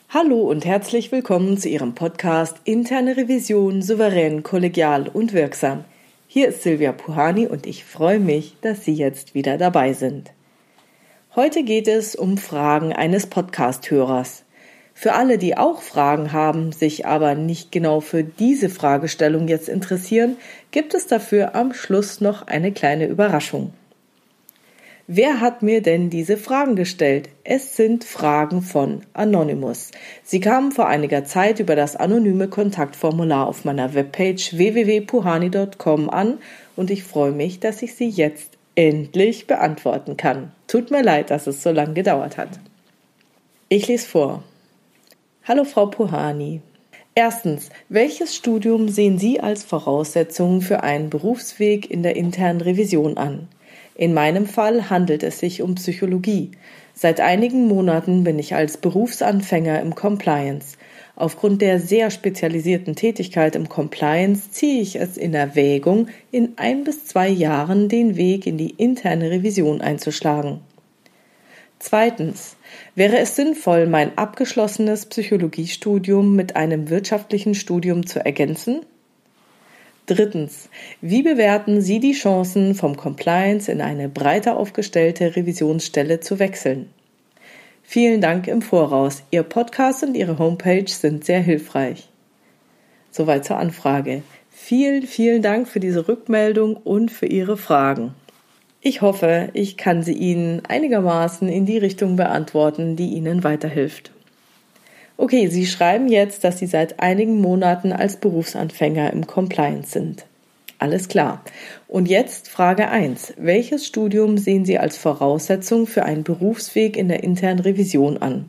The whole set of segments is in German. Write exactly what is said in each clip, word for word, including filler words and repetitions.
Hallo und herzlich willkommen zu Ihrem Podcast Interne Revision souverän, kollegial und wirksam. Hier ist Silvia Puhani und ich freue mich, dass Sie jetzt wieder dabei sind. Heute geht es um Fragen eines Podcast-Hörers. Für alle, die auch Fragen haben, sich aber nicht genau für diese Fragestellung jetzt interessieren, gibt es dafür am Schluss noch eine kleine Überraschung. Wer hat mir denn diese Fragen gestellt? Es sind Fragen von Anonymous. Sie kamen vor einiger Zeit über das anonyme Kontaktformular auf meiner Webpage w w w punkt puhani punkt com an und ich freue mich, dass ich sie jetzt endlich beantworten kann. Tut mir leid, dass es so lange gedauert hat. Ich lese vor. Hallo Frau Puhani. Erstens, welches Studium sehen Sie als Voraussetzung für einen Berufsweg in der internen Revision an? In meinem Fall handelt es sich um Psychologie. Seit einigen Monaten bin ich als Berufsanfänger im Compliance. Aufgrund der sehr spezialisierten Tätigkeit im Compliance ziehe ich es in Erwägung, in ein bis zwei Jahren den Weg in die interne Revision einzuschlagen. Zweitens, wäre es sinnvoll, mein abgeschlossenes Psychologiestudium mit einem wirtschaftlichen Studium zu ergänzen? Drittens, wie bewerten Sie die Chancen, vom Compliance in eine breiter aufgestellte Revisionsstelle zu wechseln? Vielen Dank im Voraus. Ihr Podcast und Ihre Homepage sind sehr hilfreich. Soweit zur Anfrage. Vielen, vielen Dank für diese Rückmeldung und für Ihre Fragen. Ich hoffe, ich kann sie Ihnen einigermaßen in die Richtung beantworten, die Ihnen weiterhilft. Okay, Sie schreiben jetzt, dass Sie seit einigen Monaten als Berufsanfänger im Compliance sind. Alles klar. Und jetzt Frage eins. Welches Studium sehen Sie als Voraussetzung für einen Berufsweg in der internen Revision an?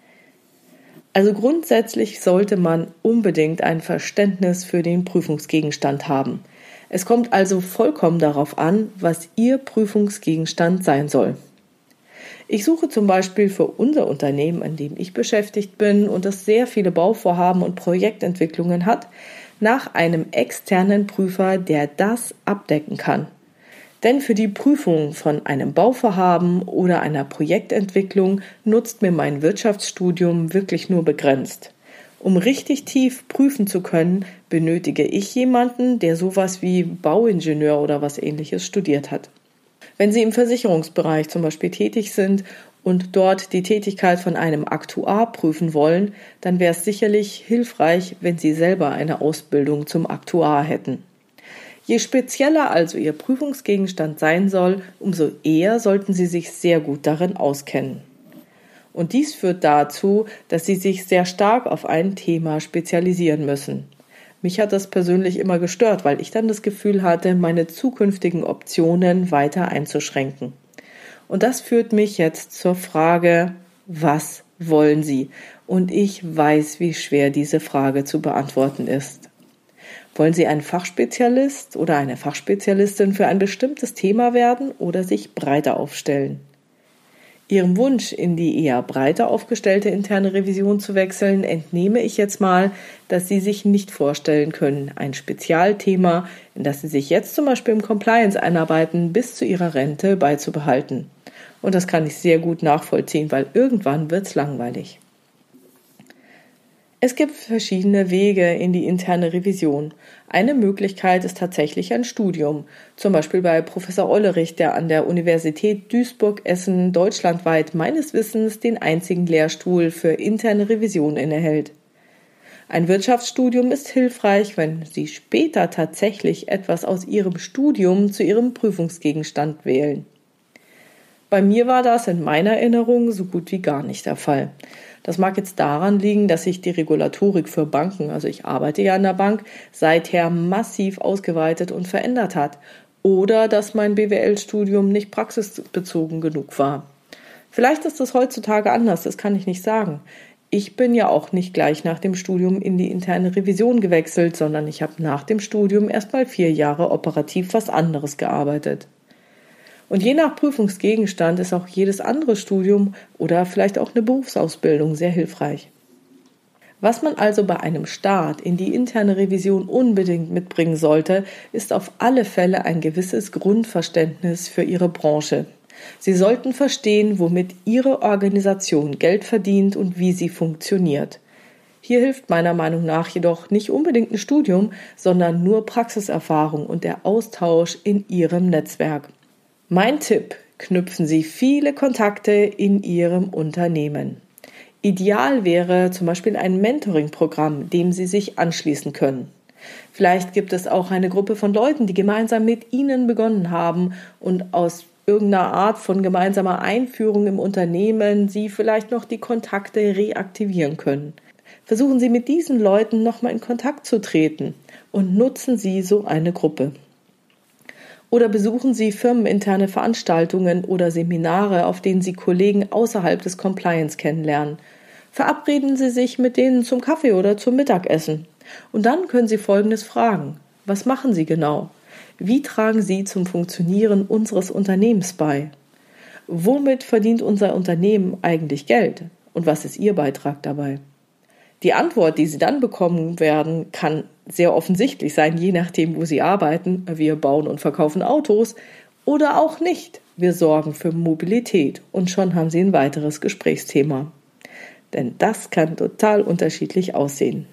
Also grundsätzlich sollte man unbedingt ein Verständnis für den Prüfungsgegenstand haben. Es kommt also vollkommen darauf an, was Ihr Prüfungsgegenstand sein soll. Ich suche zum Beispiel für unser Unternehmen, an dem ich beschäftigt bin und das sehr viele Bauvorhaben und Projektentwicklungen hat, nach einem externen Prüfer, der das abdecken kann. Denn für die Prüfung von einem Bauvorhaben oder einer Projektentwicklung nutzt mir mein Wirtschaftsstudium wirklich nur begrenzt. Um richtig tief prüfen zu können, benötige ich jemanden, der sowas wie Bauingenieur oder was Ähnliches studiert hat. Wenn Sie im Versicherungsbereich zum Beispiel tätig sind und dort die Tätigkeit von einem Aktuar prüfen wollen, dann wäre es sicherlich hilfreich, wenn Sie selber eine Ausbildung zum Aktuar hätten. Je spezieller also Ihr Prüfungsgegenstand sein soll, umso eher sollten Sie sich sehr gut darin auskennen. Und dies führt dazu, dass Sie sich sehr stark auf ein Thema spezialisieren müssen. Mich hat das persönlich immer gestört, weil ich dann das Gefühl hatte, meine zukünftigen Optionen weiter einzuschränken. Und das führt mich jetzt zur Frage, was wollen Sie? Und ich weiß, wie schwer diese Frage zu beantworten ist. Wollen Sie ein Fachspezialist oder eine Fachspezialistin für ein bestimmtes Thema werden oder sich breiter aufstellen? Ihrem Wunsch, in die eher breiter aufgestellte interne Revision zu wechseln, entnehme ich jetzt mal, dass Sie sich nicht vorstellen können, ein Spezialthema, in das Sie sich jetzt zum Beispiel im Compliance einarbeiten, bis zu Ihrer Rente beizubehalten. Und das kann ich sehr gut nachvollziehen, weil irgendwann wird's langweilig. Es gibt verschiedene Wege in die interne Revision. Eine Möglichkeit ist tatsächlich ein Studium, zum Beispiel bei Professor Ollerich, der an der Universität Duisburg-Essen deutschlandweit meines Wissens den einzigen Lehrstuhl für interne Revision innehält. Ein Wirtschaftsstudium ist hilfreich, wenn Sie später tatsächlich etwas aus Ihrem Studium zu Ihrem Prüfungsgegenstand wählen. Bei mir war das in meiner Erinnerung so gut wie gar nicht der Fall. Das mag jetzt daran liegen, dass sich die Regulatorik für Banken, also ich arbeite ja in der Bank, seither massiv ausgeweitet und verändert hat. Oder dass mein B W L-Studium nicht praxisbezogen genug war. Vielleicht ist das heutzutage anders, das kann ich nicht sagen. Ich bin ja auch nicht gleich nach dem Studium in die interne Revision gewechselt, sondern ich habe nach dem Studium erst mal vier Jahre operativ was anderes gearbeitet. Und je nach Prüfungsgegenstand ist auch jedes andere Studium oder vielleicht auch eine Berufsausbildung sehr hilfreich. Was man also bei einem Start in die interne Revision unbedingt mitbringen sollte, ist auf alle Fälle ein gewisses Grundverständnis für Ihre Branche. Sie sollten verstehen, womit Ihre Organisation Geld verdient und wie sie funktioniert. Hier hilft meiner Meinung nach jedoch nicht unbedingt ein Studium, sondern nur Praxiserfahrung und der Austausch in Ihrem Netzwerk. Mein Tipp: Knüpfen Sie viele Kontakte in Ihrem Unternehmen. Ideal wäre zum Beispiel ein Mentoring-Programm, dem Sie sich anschließen können. Vielleicht gibt es auch eine Gruppe von Leuten, die gemeinsam mit Ihnen begonnen haben und aus irgendeiner Art von gemeinsamer Einführung im Unternehmen Sie vielleicht noch die Kontakte reaktivieren können. Versuchen Sie mit diesen Leuten nochmal in Kontakt zu treten und nutzen Sie so eine Gruppe. Oder besuchen Sie firmeninterne Veranstaltungen oder Seminare, auf denen Sie Kollegen außerhalb des Compliance kennenlernen. Verabreden Sie sich mit denen zum Kaffee oder zum Mittagessen. Und dann können Sie Folgendes fragen: Was machen Sie genau? Wie tragen Sie zum Funktionieren unseres Unternehmens bei? Womit verdient unser Unternehmen eigentlich Geld? Und was ist Ihr Beitrag dabei? Die Antwort, die Sie dann bekommen werden, kann sehr offensichtlich sein, je nachdem, wo Sie arbeiten. Wir bauen und verkaufen Autos oder auch nicht. Wir sorgen für Mobilität und schon haben Sie ein weiteres Gesprächsthema. Denn das kann total unterschiedlich aussehen.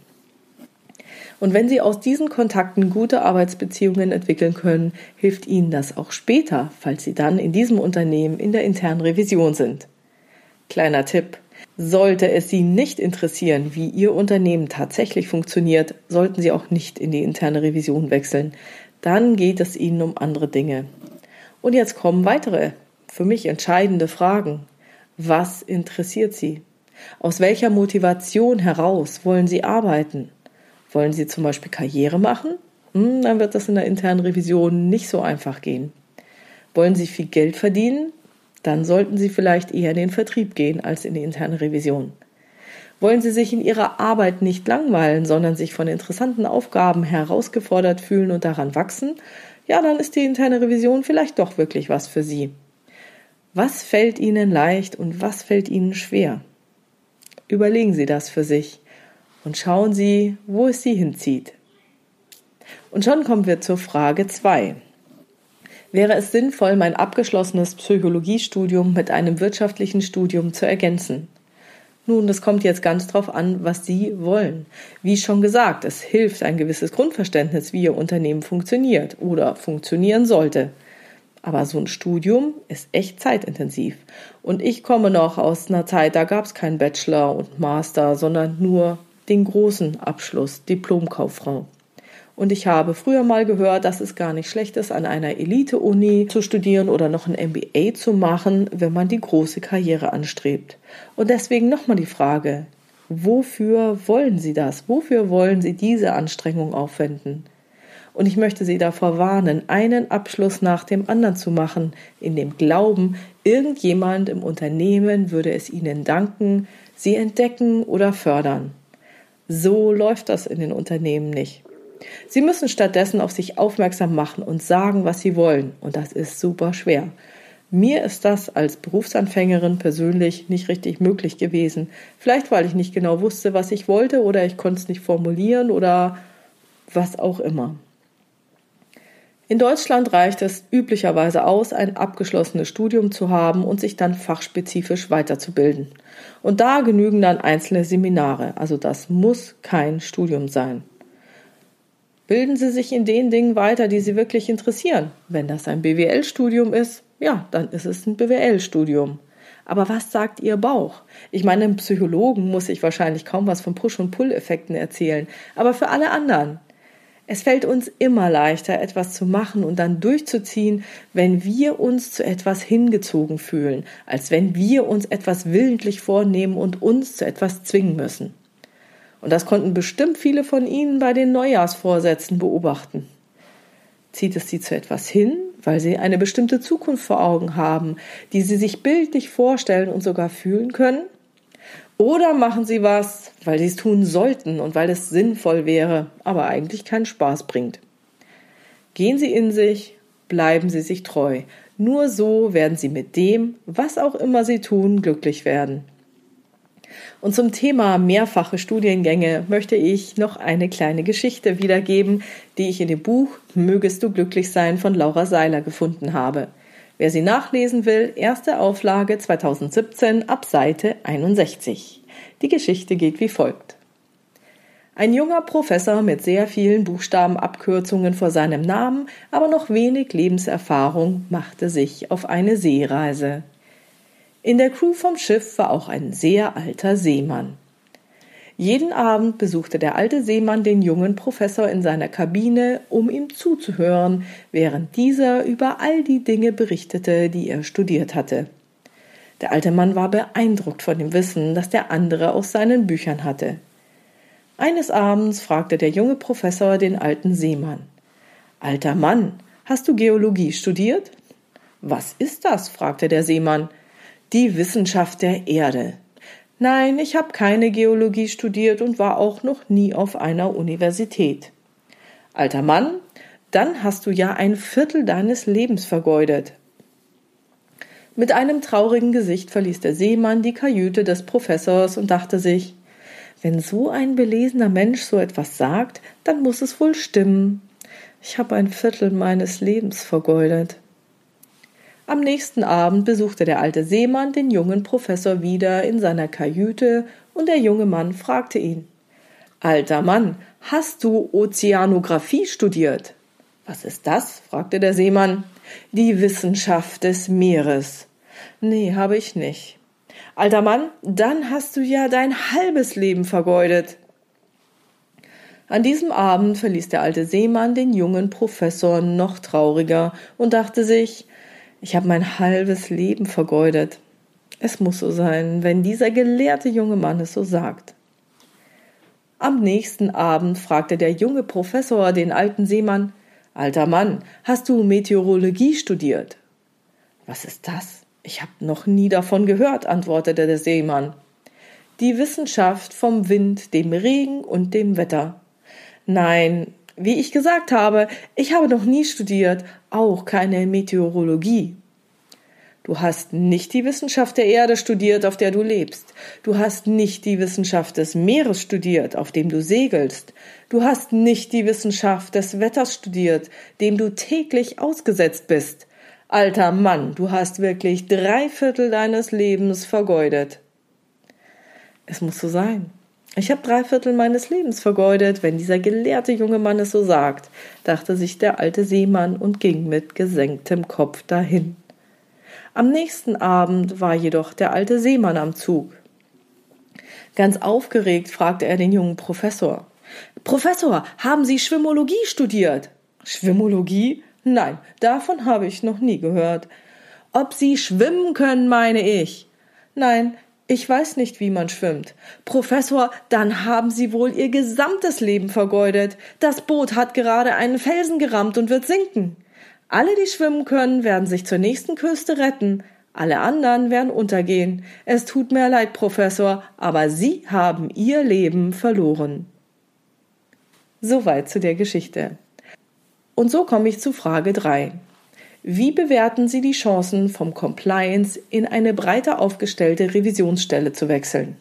Und wenn Sie aus diesen Kontakten gute Arbeitsbeziehungen entwickeln können, hilft Ihnen das auch später, falls Sie dann in diesem Unternehmen in der internen Revision sind. Kleiner Tipp: Sollte es Sie nicht interessieren, wie Ihr Unternehmen tatsächlich funktioniert, sollten Sie auch nicht in die interne Revision wechseln. Dann geht es Ihnen um andere Dinge. Und jetzt kommen weitere, für mich entscheidende Fragen. Was interessiert Sie? Aus welcher Motivation heraus wollen Sie arbeiten? Wollen Sie zum Beispiel Karriere machen? Hm, dann wird das in der internen Revision nicht so einfach gehen. Wollen Sie viel Geld verdienen? Dann sollten Sie vielleicht eher in den Vertrieb gehen als in die interne Revision. Wollen Sie sich in Ihrer Arbeit nicht langweilen, sondern sich von interessanten Aufgaben herausgefordert fühlen und daran wachsen? Ja, dann ist die interne Revision vielleicht doch wirklich was für Sie. Was fällt Ihnen leicht und was fällt Ihnen schwer? Überlegen Sie das für sich und schauen Sie, wo es Sie hinzieht. Und schon kommen wir zur Frage zwei. Wäre es sinnvoll, mein abgeschlossenes Psychologiestudium mit einem wirtschaftlichen Studium zu ergänzen? Nun, das kommt jetzt ganz drauf an, was Sie wollen. Wie schon gesagt, es hilft ein gewisses Grundverständnis, wie Ihr Unternehmen funktioniert oder funktionieren sollte. Aber so ein Studium ist echt zeitintensiv. Und ich komme noch aus einer Zeit, da gab es keinen Bachelor und Master, sondern nur den großen Abschluss, Diplomkauffrau. Und ich habe früher mal gehört, dass es gar nicht schlecht ist, an einer Elite-Uni zu studieren oder noch ein M B A zu machen, wenn man die große Karriere anstrebt. Und deswegen nochmal die Frage: Wofür wollen Sie das? Wofür wollen Sie diese Anstrengung aufwenden? Und ich möchte Sie davor warnen, einen Abschluss nach dem anderen zu machen, in dem Glauben, irgendjemand im Unternehmen würde es Ihnen danken, Sie entdecken oder fördern. So läuft das in den Unternehmen nicht. Sie müssen stattdessen auf sich aufmerksam machen und sagen, was Sie wollen. Und das ist super schwer. Mir ist das als Berufsanfängerin persönlich nicht richtig möglich gewesen. Vielleicht, weil ich nicht genau wusste, was ich wollte, oder ich konnte es nicht formulieren oder was auch immer. In Deutschland reicht es üblicherweise aus, ein abgeschlossenes Studium zu haben und sich dann fachspezifisch weiterzubilden. Und da genügen dann einzelne Seminare. Also das muss kein Studium sein. Bilden Sie sich in den Dingen weiter, die Sie wirklich interessieren. Wenn das ein B W L-Studium ist, ja, dann ist es ein B W L-Studium. Aber was sagt Ihr Bauch? Ich meine, einem Psychologen muss ich wahrscheinlich kaum was von Push- und Pull-Effekten erzählen. Aber für alle anderen: Es fällt uns immer leichter, etwas zu machen und dann durchzuziehen, wenn wir uns zu etwas hingezogen fühlen, als wenn wir uns etwas willentlich vornehmen und uns zu etwas zwingen müssen. Und das konnten bestimmt viele von Ihnen bei den Neujahrsvorsätzen beobachten. Zieht es Sie zu etwas hin, weil Sie eine bestimmte Zukunft vor Augen haben, die Sie sich bildlich vorstellen und sogar fühlen können? Oder machen Sie was, weil Sie es tun sollten und weil es sinnvoll wäre, aber eigentlich keinen Spaß bringt? Gehen Sie in sich, bleiben Sie sich treu. Nur so werden Sie mit dem, was auch immer Sie tun, glücklich werden. Und zum Thema mehrfache Studiengänge möchte ich noch eine kleine Geschichte wiedergeben, die ich in dem Buch Mögest du glücklich sein von Laura Seiler gefunden habe. Wer sie nachlesen will, erste Auflage zweitausendsiebzehn ab Seite einundsechzig. Die Geschichte geht wie folgt. Ein junger Professor mit sehr vielen Buchstabenabkürzungen vor seinem Namen, aber noch wenig Lebenserfahrung, machte sich auf eine Seereise. In der Crew vom Schiff war auch ein sehr alter Seemann. Jeden Abend besuchte der alte Seemann den jungen Professor in seiner Kabine, um ihm zuzuhören, während dieser über all die Dinge berichtete, die er studiert hatte. Der alte Mann war beeindruckt von dem Wissen, das der andere aus seinen Büchern hatte. Eines Abends fragte der junge Professor den alten Seemann: »Alter Mann, hast du Geologie studiert?« »Was ist das?« fragte der Seemann. »Die Wissenschaft der Erde.« »Nein, ich habe keine Geologie studiert und war auch noch nie auf einer Universität.« »Alter Mann, dann hast du ja ein Viertel deines Lebens vergeudet.« Mit einem traurigen Gesicht verließ der Seemann die Kajüte des Professors und dachte sich: Wenn so ein belesener Mensch so etwas sagt, dann muss es wohl stimmen. Ich habe ein Viertel meines Lebens vergeudet. Am nächsten Abend besuchte der alte Seemann den jungen Professor wieder in seiner Kajüte und der junge Mann fragte ihn: »Alter Mann, hast du Ozeanographie studiert?« »Was ist das?« fragte der Seemann. »Die Wissenschaft des Meeres.« »Nee, habe ich nicht.« »Alter Mann, dann hast du ja dein halbes Leben vergeudet.« An diesem Abend verließ der alte Seemann den jungen Professor noch trauriger und dachte sich: Ich habe mein halbes Leben vergeudet. Es muss so sein, wenn dieser gelehrte junge Mann es so sagt. Am nächsten Abend fragte der junge Professor den alten Seemann: »Alter Mann, hast du Meteorologie studiert?« »Was ist das? Ich habe noch nie davon gehört«, antwortete der Seemann. »Die Wissenschaft vom Wind, dem Regen und dem Wetter.« »Nein, wie ich gesagt habe, ich habe noch nie studiert, auch keine Meteorologie.« »Du hast nicht die Wissenschaft der Erde studiert, auf der du lebst. Du hast nicht die Wissenschaft des Meeres studiert, auf dem du segelst. Du hast nicht die Wissenschaft des Wetters studiert, dem du täglich ausgesetzt bist. Alter Mann, du hast wirklich drei Viertel deines Lebens vergeudet.« Es muss so sein. Ich habe drei Viertel meines Lebens vergeudet, wenn dieser gelehrte junge Mann es so sagt, dachte sich der alte Seemann und ging mit gesenktem Kopf dahin. Am nächsten Abend war jedoch der alte Seemann am Zug. Ganz aufgeregt fragte er den jungen Professor: »Professor, haben Sie Schwimmologie studiert?« »Schwimmologie? Nein, davon habe ich noch nie gehört.« »Ob Sie schwimmen können, meine ich?« »Nein, ich weiß nicht, wie man schwimmt.« »Professor, dann haben Sie wohl Ihr gesamtes Leben vergeudet. Das Boot hat gerade einen Felsen gerammt und wird sinken. Alle, die schwimmen können, werden sich zur nächsten Küste retten. Alle anderen werden untergehen. Es tut mir leid, Professor, aber Sie haben Ihr Leben verloren.« Soweit zu der Geschichte. Und so komme ich zu Frage drei. Wie bewerten Sie die Chancen, vom Compliance in eine breiter aufgestellte Revisionsstelle zu wechseln?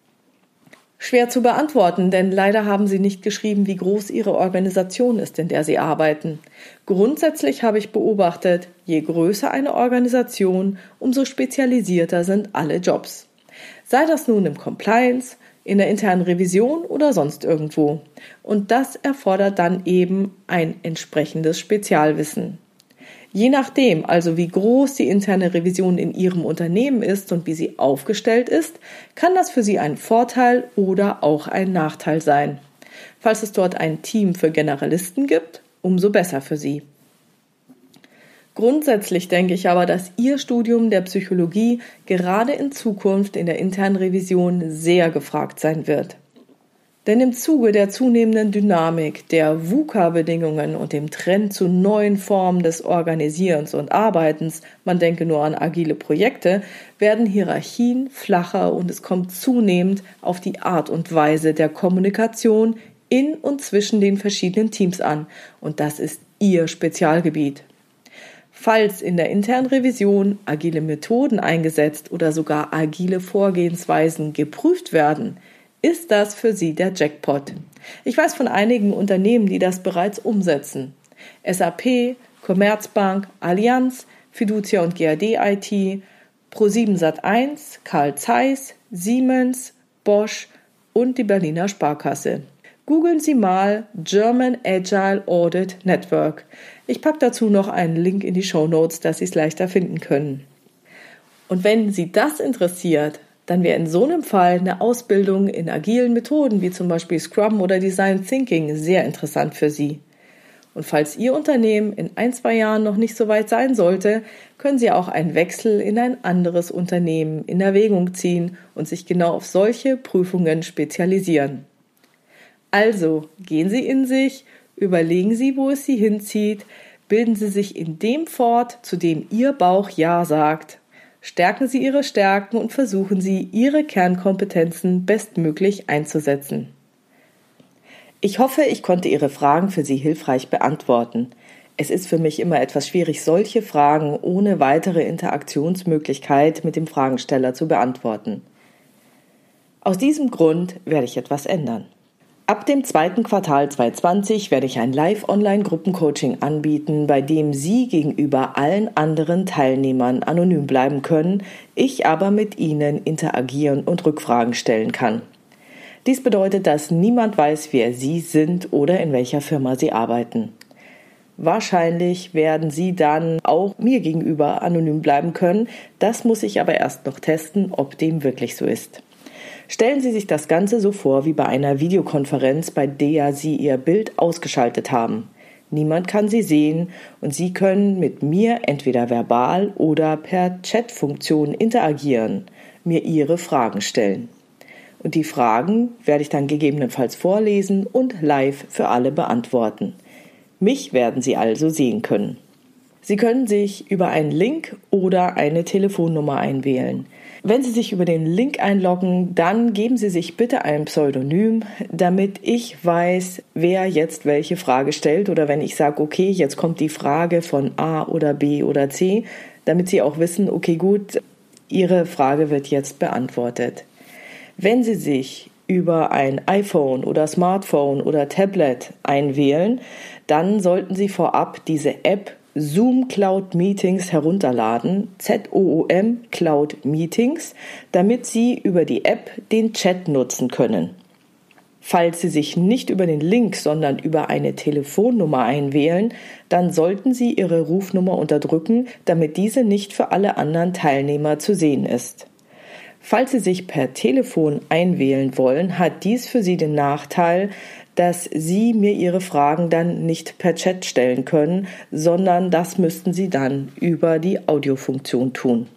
Schwer zu beantworten, denn leider haben Sie nicht geschrieben, wie groß Ihre Organisation ist, in der Sie arbeiten. Grundsätzlich habe ich beobachtet, je größer eine Organisation, umso spezialisierter sind alle Jobs. Sei das nun im Compliance, in der internen Revision oder sonst irgendwo. Und das erfordert dann eben ein entsprechendes Spezialwissen. Je nachdem, also wie groß die interne Revision in Ihrem Unternehmen ist und wie sie aufgestellt ist, kann das für Sie ein Vorteil oder auch ein Nachteil sein. Falls es dort ein Team für Generalisten gibt, umso besser für Sie. Grundsätzlich denke ich aber, dass Ihr Studium der Psychologie gerade in Zukunft in der internen Revision sehr gefragt sein wird. Denn im Zuge der zunehmenden Dynamik, der VUCA-Bedingungen und dem Trend zu neuen Formen des Organisierens und Arbeitens, man denke nur an agile Projekte, werden Hierarchien flacher und es kommt zunehmend auf die Art und Weise der Kommunikation in und zwischen den verschiedenen Teams an. Und das ist Ihr Spezialgebiet. Falls in der internen Revision agile Methoden eingesetzt oder sogar agile Vorgehensweisen geprüft werden, ist das für Sie der Jackpot. Ich weiß von einigen Unternehmen, die das bereits umsetzen. S A P, Commerzbank, Allianz, Fiducia und G A D I T, ProSieben Sat eins, Carl Zeiss, Siemens, Bosch und die Berliner Sparkasse. Googeln Sie mal German Agile Audit Network. Ich packe dazu noch einen Link in die Shownotes, dass Sie es leichter finden können. Und wenn Sie das interessiert, dann wäre in so einem Fall eine Ausbildung in agilen Methoden wie zum Beispiel Scrum oder Design Thinking sehr interessant für Sie. Und falls Ihr Unternehmen in ein, zwei Jahren noch nicht so weit sein sollte, können Sie auch einen Wechsel in ein anderes Unternehmen in Erwägung ziehen und sich genau auf solche Prüfungen spezialisieren. Also gehen Sie in sich, überlegen Sie, wo es Sie hinzieht, bilden Sie sich in dem fort, zu dem Ihr Bauch Ja sagt. Stärken Sie Ihre Stärken und versuchen Sie, Ihre Kernkompetenzen bestmöglich einzusetzen. Ich hoffe, ich konnte Ihre Fragen für Sie hilfreich beantworten. Es ist für mich immer etwas schwierig, solche Fragen ohne weitere Interaktionsmöglichkeit mit dem Fragensteller zu beantworten. Aus diesem Grund werde ich etwas ändern. Ab dem zweiten Quartal zwanzig zwanzig werde ich ein Live-Online-Gruppencoaching anbieten, bei dem Sie gegenüber allen anderen Teilnehmern anonym bleiben können, ich aber mit Ihnen interagieren und Rückfragen stellen kann. Dies bedeutet, dass niemand weiß, wer Sie sind oder in welcher Firma Sie arbeiten. Wahrscheinlich werden Sie dann auch mir gegenüber anonym bleiben können. Das muss ich aber erst noch testen, ob dem wirklich so ist. Stellen Sie sich das Ganze so vor wie bei einer Videokonferenz, bei der Sie Ihr Bild ausgeschaltet haben. Niemand kann Sie sehen und Sie können mit mir entweder verbal oder per Chatfunktion interagieren, mir Ihre Fragen stellen. Und die Fragen werde ich dann gegebenenfalls vorlesen und live für alle beantworten. Mich werden Sie also sehen können. Sie können sich über einen Link oder eine Telefonnummer einwählen. Wenn Sie sich über den Link einloggen, dann geben Sie sich bitte ein Pseudonym, damit ich weiß, wer jetzt welche Frage stellt oder wenn ich sage, okay, jetzt kommt die Frage von A oder B oder C, damit Sie auch wissen, okay, gut, Ihre Frage wird jetzt beantwortet. Wenn Sie sich über ein iPhone oder Smartphone oder Tablet einwählen, dann sollten Sie vorab diese App Zoom Cloud Meetings herunterladen, Z O O M Cloud Meetings, damit Sie über die App den Chat nutzen können. Falls Sie sich nicht über den Link, sondern über eine Telefonnummer einwählen, dann sollten Sie Ihre Rufnummer unterdrücken, damit diese nicht für alle anderen Teilnehmer zu sehen ist. Falls Sie sich per Telefon einwählen wollen, hat dies für Sie den Nachteil, dass Sie mir Ihre Fragen dann nicht per Chat stellen können, sondern das müssten Sie dann über die Audiofunktion tun.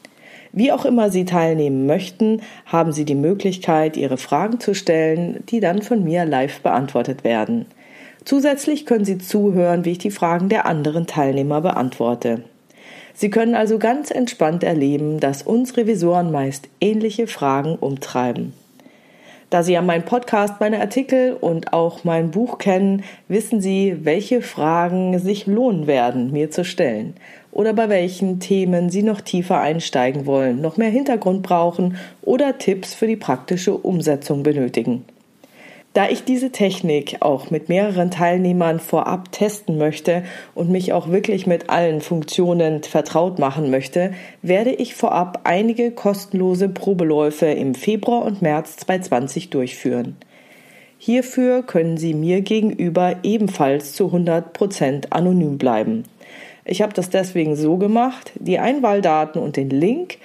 Wie auch immer Sie teilnehmen möchten, haben Sie die Möglichkeit, Ihre Fragen zu stellen, die dann von mir live beantwortet werden. Zusätzlich können Sie zuhören, wie ich die Fragen der anderen Teilnehmer beantworte. Sie können also ganz entspannt erleben, dass uns Revisoren meist ähnliche Fragen umtreiben. Da Sie ja meinen Podcast, meine Artikel und auch mein Buch kennen, wissen Sie, welche Fragen sich lohnen werden, mir zu stellen oder bei welchen Themen Sie noch tiefer einsteigen wollen, noch mehr Hintergrund brauchen oder Tipps für die praktische Umsetzung benötigen. Da ich diese Technik auch mit mehreren Teilnehmern vorab testen möchte und mich auch wirklich mit allen Funktionen vertraut machen möchte, werde ich vorab einige kostenlose Probeläufe im Februar und März zwanzig zwanzig durchführen. Hierfür können Sie mir gegenüber ebenfalls zu hundert Prozent anonym bleiben. Ich habe das deswegen so gemacht, die Einwahldaten und den Link,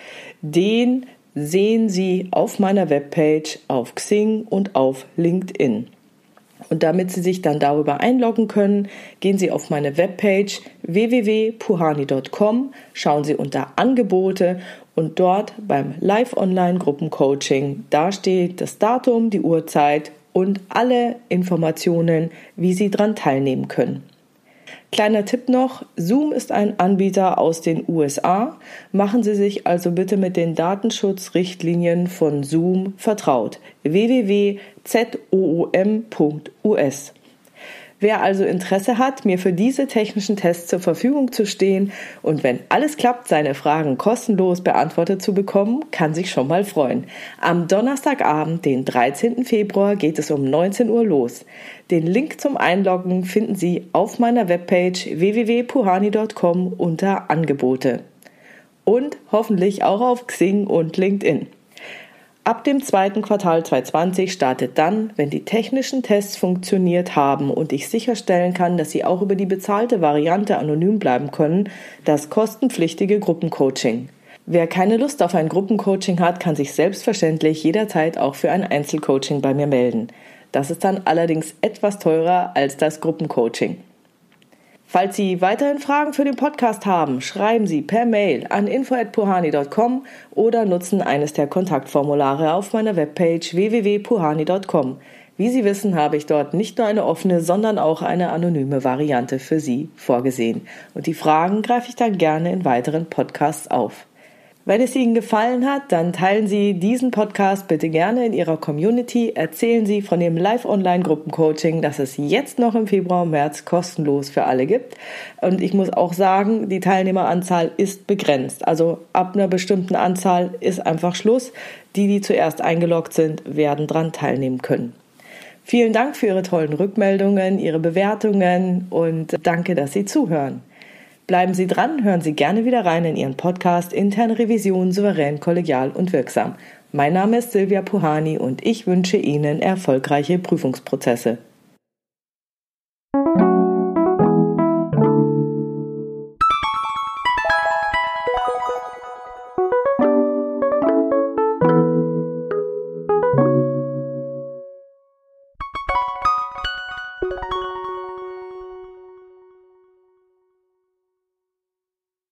den sehen Sie auf meiner Webpage, auf Xing und auf LinkedIn. Und damit Sie sich dann darüber einloggen können, gehen Sie auf meine Webpage w w w punkt puhani punkt com, schauen Sie unter Angebote und dort beim Live-Online-Gruppencoaching, da steht das Datum, die Uhrzeit und alle Informationen, wie Sie daran teilnehmen können. Kleiner Tipp noch, Zoom ist ein Anbieter aus den U S A. Machen Sie sich also bitte mit den Datenschutzrichtlinien von Zoom vertraut. w w w punkt zoom punkt u s. Wer also Interesse hat, mir für diese technischen Tests zur Verfügung zu stehen und wenn alles klappt, seine Fragen kostenlos beantwortet zu bekommen, kann sich schon mal freuen. Am Donnerstagabend, den dreizehnten Februar, geht es um neunzehn Uhr los. Den Link zum Einloggen finden Sie auf meiner Webpage w w w punkt puhani punkt com unter Angebote. Und hoffentlich auch auf Xing und LinkedIn. Ab dem zweiten Quartal zwanzig zwanzig startet dann, wenn die technischen Tests funktioniert haben und ich sicherstellen kann, dass Sie auch über die bezahlte Variante anonym bleiben können, das kostenpflichtige Gruppencoaching. Wer keine Lust auf ein Gruppencoaching hat, kann sich selbstverständlich jederzeit auch für ein Einzelcoaching bei mir melden. Das ist dann allerdings etwas teurer als das Gruppencoaching. Falls Sie weiterhin Fragen für den Podcast haben, schreiben Sie per Mail an info at puhani punkt com oder nutzen eines der Kontaktformulare auf meiner Webpage w w w punkt puhani punkt com. Wie Sie wissen, habe ich dort nicht nur eine offene, sondern auch eine anonyme Variante für Sie vorgesehen. Und die Fragen greife ich dann gerne in weiteren Podcasts auf. Wenn es Ihnen gefallen hat, dann teilen Sie diesen Podcast bitte gerne in Ihrer Community. Erzählen Sie von dem Live-Online-Gruppencoaching, das es jetzt noch im Februar und März kostenlos für alle gibt. Und ich muss auch sagen, die Teilnehmeranzahl ist begrenzt. Also ab einer bestimmten Anzahl ist einfach Schluss. Die, die zuerst eingeloggt sind, werden daran teilnehmen können. Vielen Dank für Ihre tollen Rückmeldungen, Ihre Bewertungen und danke, dass Sie zuhören. Bleiben Sie dran, hören Sie gerne wieder rein in Ihren Podcast Interne Revision souverän, kollegial und wirksam. Mein Name ist Silvia Puhani und ich wünsche Ihnen erfolgreiche Prüfungsprozesse.